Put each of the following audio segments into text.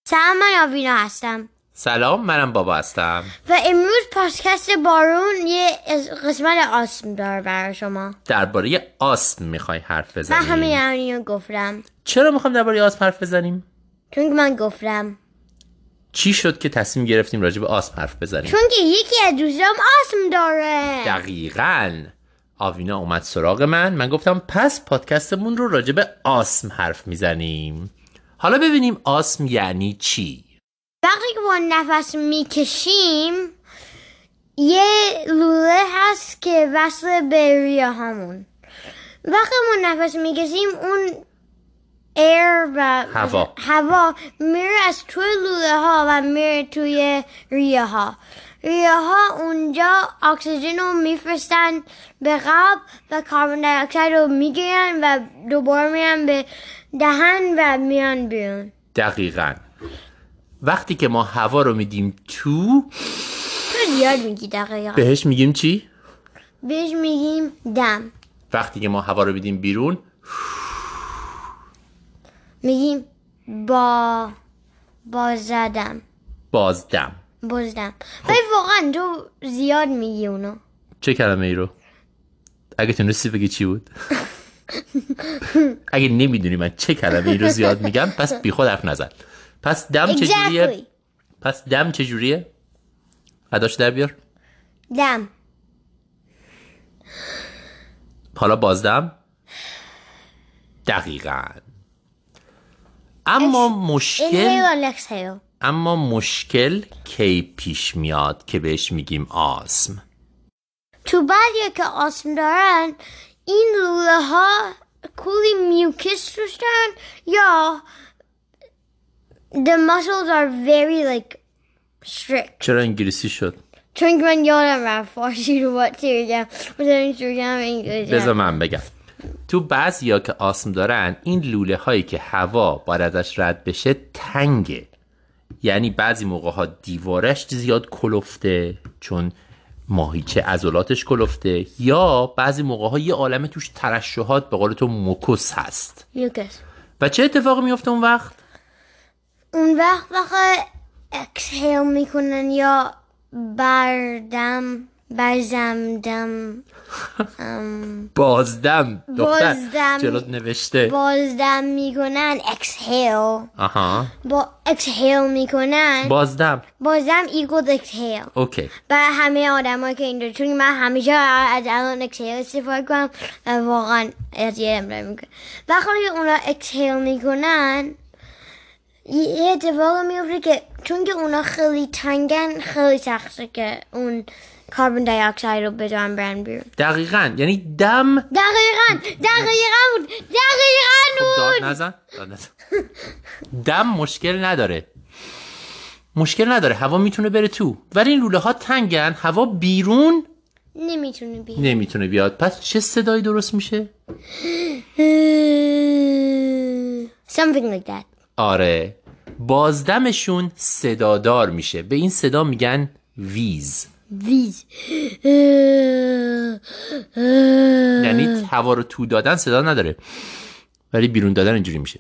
سلام، من آوینا هستم. سلام، منم بابا هستم. و امروز پادکست بارون یه قسمت آسم داره برای شما. درباره آسم میخوای حرف بزنیم؟ من همه یعنی رو گفتم. چرا میخوام درباره آسم حرف بزنیم؟ چون که من گفتم. چی شد که تصمیم گرفتیم راجع به آسم حرف بزنیم؟ چون که یکی از دوستام آسم داره. دقیقاً. آوینا اومد سراغ من گفتم پس پادکستمون رو راجع به آسم حرف میزنیم. حالا ببینیم آسم یعنی چی؟ وقتی که با نفس میکشیم یه لوله هست که وصل به ریه هامون. وقتی ما نفس میکشیم اون ایر و هوا میره از توی لوله ها و میره توی ریه ها. ریه ها اونجا اکسیژن رو میفرستن به قلب و کربن دی اکساید رو میگیرن و دوباره میرن به دهن و میان بیرون. دقیقاً. وقتی که ما هوا رو میدیم تو زیاد میگی دقیقاً. بهش میگیم چی؟ بهش میگیم دم. وقتی که ما هوا رو میدیم بیرون میگیم بازدم. ولی واقعا تو زیاد میگی اونو. چه کلمه ای رو؟ اگه تونستی بگی چی بود؟ اگه نمیدونی من چه کلمه ای رو زیاد میگم پس بی خود حرف نزن. پس دم چجوریه؟ اداش در بیار. دم. حالا بازدم. دقیقاً. اما مشکل کی پیش میاد که بهش میگیم آسم؟ تو بعضی که آسم دارن این لوله ها کلی میوکس روش دارن یا the muscles are very strict. چرا انگلیسی شد؟ چون که من یادم رفت فارسی رو باید بگم. بذار من بگم. تو بعضیا که آسم دارن این لوله هایی که هوا باید ازش رد بشه تنگه. یعنی بعضی موقع ها دیوارش زیاد کلفته چون ماهیچه عضلاتش کلفته، یا بعضی موقع ها یه عالمه توش ترشحات به قول تو موکوس هست. و چه اتفاقی میفته اون وقت؟ اون وقت اکسهیل میکنن یا بازدم. جلوت نوشته بازدم میکنن. اکسهیل. با اکسهیل میکنن بازدم ایکوال اکسهیل. اوکی. برای همه آدمایی که اینجا، چون من همیشه از الان اکسهیل استفاده کنم واقعا اذیتم میکنه. وقتی اونا اکسهیل میکنن یه اتفاق میفته که چون که اونا خیلی تنگن خیلی سخته که اون کربن دی اکساید رو بذارن برن بیرون. دقیقاً. یعنی دم دقیقاً بود. داد نزن. دم مشکل نداره. هوا میتونه بره تو، ولی این لوله ها تنگن، هوا بیرون نمیتونه بیاد. پس چه صدایی درست میشه؟ Something like that. آره. بازدمشون صدادار میشه. به این صدا میگن ویز. یعنی هوا رو تو دادن صدا نداره، ولی بیرون دادن اینجوری میشه.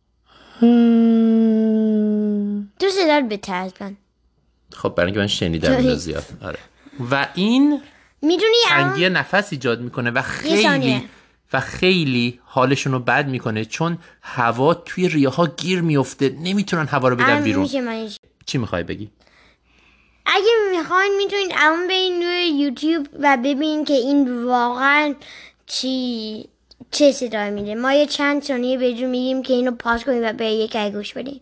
تو صدا بهتر از من. خب برای اینکه من شنیدم اینو زیاد. آره. و این میدونی تنگی نفس ایجاد میکنه و خیلی حالشون رو بد میکنه چون هوا توی ریه ها گیر میفته، نمیتونن هوا رو بدن بیرون. چی میخوای بگی؟ اگه میخواین میتونید الان برین روی یوتیوب و ببینید که این واقعا چه صدایی میده. ما یه چند ثانیه بهتون میگیم که اینو پاس کنید و به یکی گوش بدین.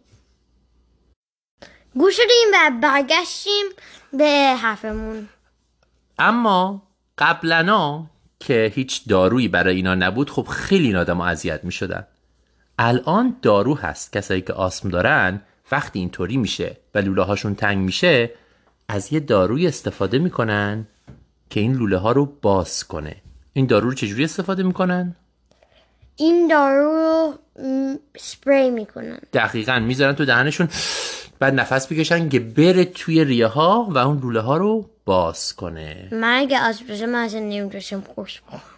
گوش بدیم و برگشتیم به حرفمون. اما قبلنا که هیچ دارویی برای اینا نبود، خب خیلی این آدم ها اذیت می شدن. الان دارو هست. کسایی که آسم دارن وقتی اینطوری میشه و لوله هاشون تنگ میشه از یه داروی استفاده میکنن که این لوله ها رو باز کنه. این دارو رو چجوری استفاده میکنن؟ این دارو رو سپری میکنن. دقیقاً. میذارن تو دهنشون، بعد نفس بکشن که بره توی ریه ها و اون لوله ها رو باز کنه. من اگه آسم باشم من اصلا نمیتونم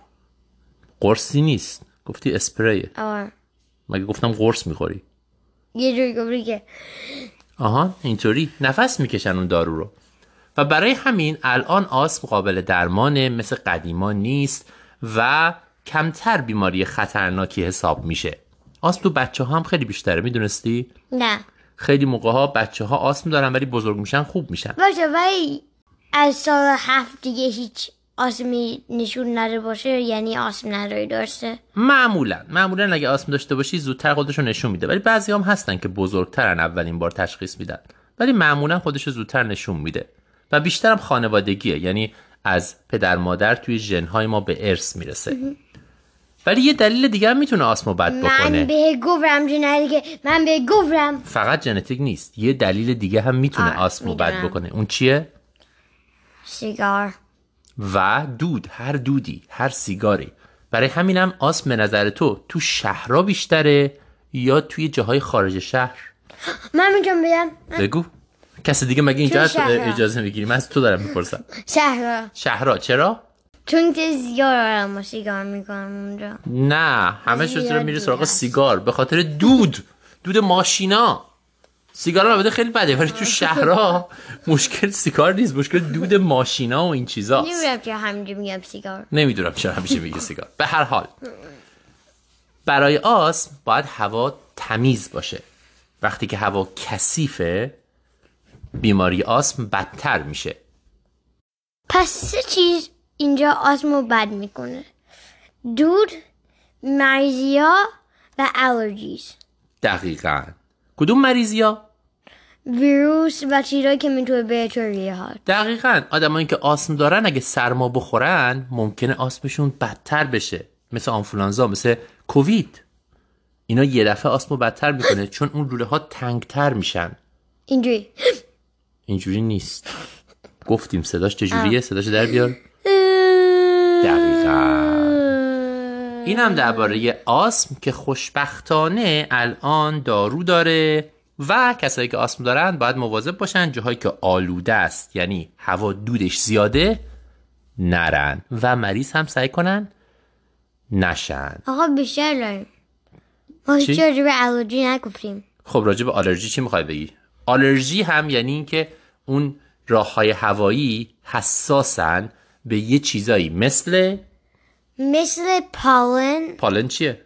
قرصی نیست. گفتی اسپریه. آره. مگه گفتم قرص میخوری؟ یه جوری گفتی که آها اینطوری نفس میکشن اون دارو رو و برای همین الان آسم قابل درمانه، مثل قدیما نیست و کمتر بیماری خطرناکی حساب میشه. آسم تو بچه ها هم خیلی بیشتره، میدونستی؟ نه. خیلی موقع ها بچه ها آسم دارن ولی بزرگ میشن خوب میشن. باشه ولی از سال 7 دیگه هیچ آسمی نشون نده باشه یعنی آسم نداری داشته؟ معمولا اگه آسم داشته باشی زودتر خودشو نشون میده، ولی بعضی هم هستن که بزرگترن اولین بار تشخیص میدن، ولی معمولا خودشو زودتر نشون میده و بیشترم خانوادگیه، یعنی از پدر مادر توی ژن‌های ما به ارث میرسه. ولی یه دلیل دیگه هم میتونه آسمو بد بکنه. من به گفتم فقط ژنتیک نیست، یه دلیل دیگه هم میتونه آسمو بد بکنه. اون چیه؟ سیگار و هر دودی، هر سیگاری. برای همینم آسم به نظر تو شهرها بیشتره یا توی جاهای خارج شهر؟ من میتونم بگم. بگو. کسی دیگه مگه اینجا اجازه میگیری؟ من از تو دارم میپرسم. شهرها. چرا؟ چون که زیاد آدم سیگار میکنم اونجا. نه همه چیز میره سراغ سیگار به خاطر دود ماشینا. سیگار البته خیلی بده ولی تو شهرها مشکل سیگار نیست، مشکل دود ماشینا و این چیزاست. نمیدونم چرا همیشه میگم سیگار. نمیدونم چرا همیشه میگی سیگار. به هر حال برای آسم باید هوا تمیز باشه. وقتی که هوا کثیفه بیماری آسم بدتر میشه. پس 3 چیز اینجا آسمو بد میکنه: دود، مریضی‌ها و الرژیز. دقیقاً. کدوم مریضی‌ها؟ ویروس و چیزایی که میتونه به تو ریه ها. دقیقاً. آدمایی که آسم دارن اگه سرما بخورن ممکنه آسمشون بدتر بشه، مثل آنفولانزا، مثل کووید. اینا یه دفعه آسمو بدتر میکنه چون اون لوله ها تنگتر میشن. اینجوری نیست. گفتیم صداش چجوریه؟ صداش در بیار. دقیقاً. این هم درباره آسم که خوشبختانه الان دارو داره و کسایی که آسم دارن باید مواظب باشن جاهایی که آلوده است، یعنی هوا دودش زیاده، نرن و مریض هم سعی کنن نشن. آقا بیشتر داریم. ما هیچ راجع به آلرژی نگفتیم. خب راجع به آلرژی چی میخوای بگی؟ آلرژی هم یعنی این که اون راههای هوایی حساسن به یه چیزایی مثل پالن. پالن چیه؟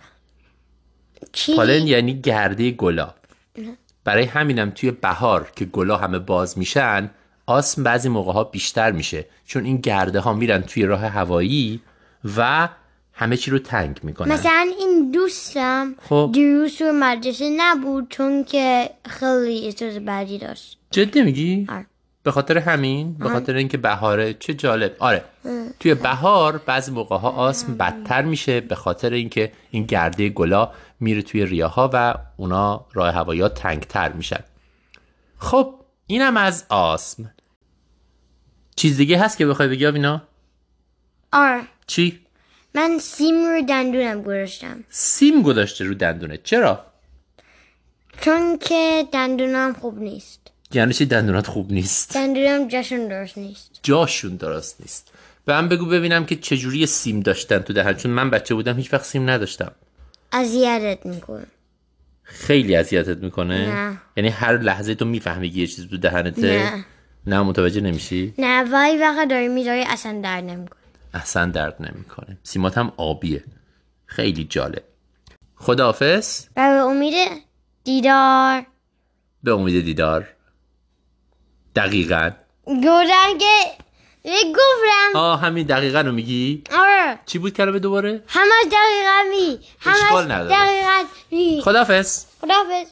پالن یعنی گرده گلا. برای همینم توی بهار که گلا همه باز میشن آسم بعضی موقع ها بیشتر میشه، چون این گرده ها میرن توی راه هوایی و همه چی رو تنگ میکنن. مثلا این دوستم دیروز رو مدرسه نبود چون که خیلی احساس بدی داشت. جدی میگی؟ به خاطر همین؟ به خاطر اینکه بهاره؟ چه جالب. آره توی بهار بعضی موقع ها آسم بدتر میشه به خاطر اینکه این گرده گلا میره توی ریه‌ها و اونا راه هوایی تنگتر میشن. خب اینم از آسم. چیز دیگه هست که بخوای بگی اینا؟ آره. چی؟ من سیم رو دندونم گذاشتم. سیم گذاشته رو دندونه؟ چرا؟ چون که دندونم خوب نیست. یعنی چی دندونات خوب نیست؟ دندونم جاشون درست نیست. به من بگو ببینم که چجوری سیم داشتن تو دهن، چون من بچه بودم هیچ وقت سیم نداشتم. اذیتت میکنه. خیلی اذیتت میکنه؟ نه. یعنی هر لحظه تو میفهمی که یه چیز تو دهنته؟ نه متوجه نمیشی؟ نه ولی وقت داری میذاری اصلا درد نمیکنه. سیمات هم آبیه. خیلی جالب. خداحافظ. به امید دیدار. به امید دیدار. دقیقاً. گفتم. همین دقیقاً رو میگی؟ آره. چی بود کلمه دوباره؟ همش دقیقاً می. اشکال نداره. دقیقاً می. خداحافظ.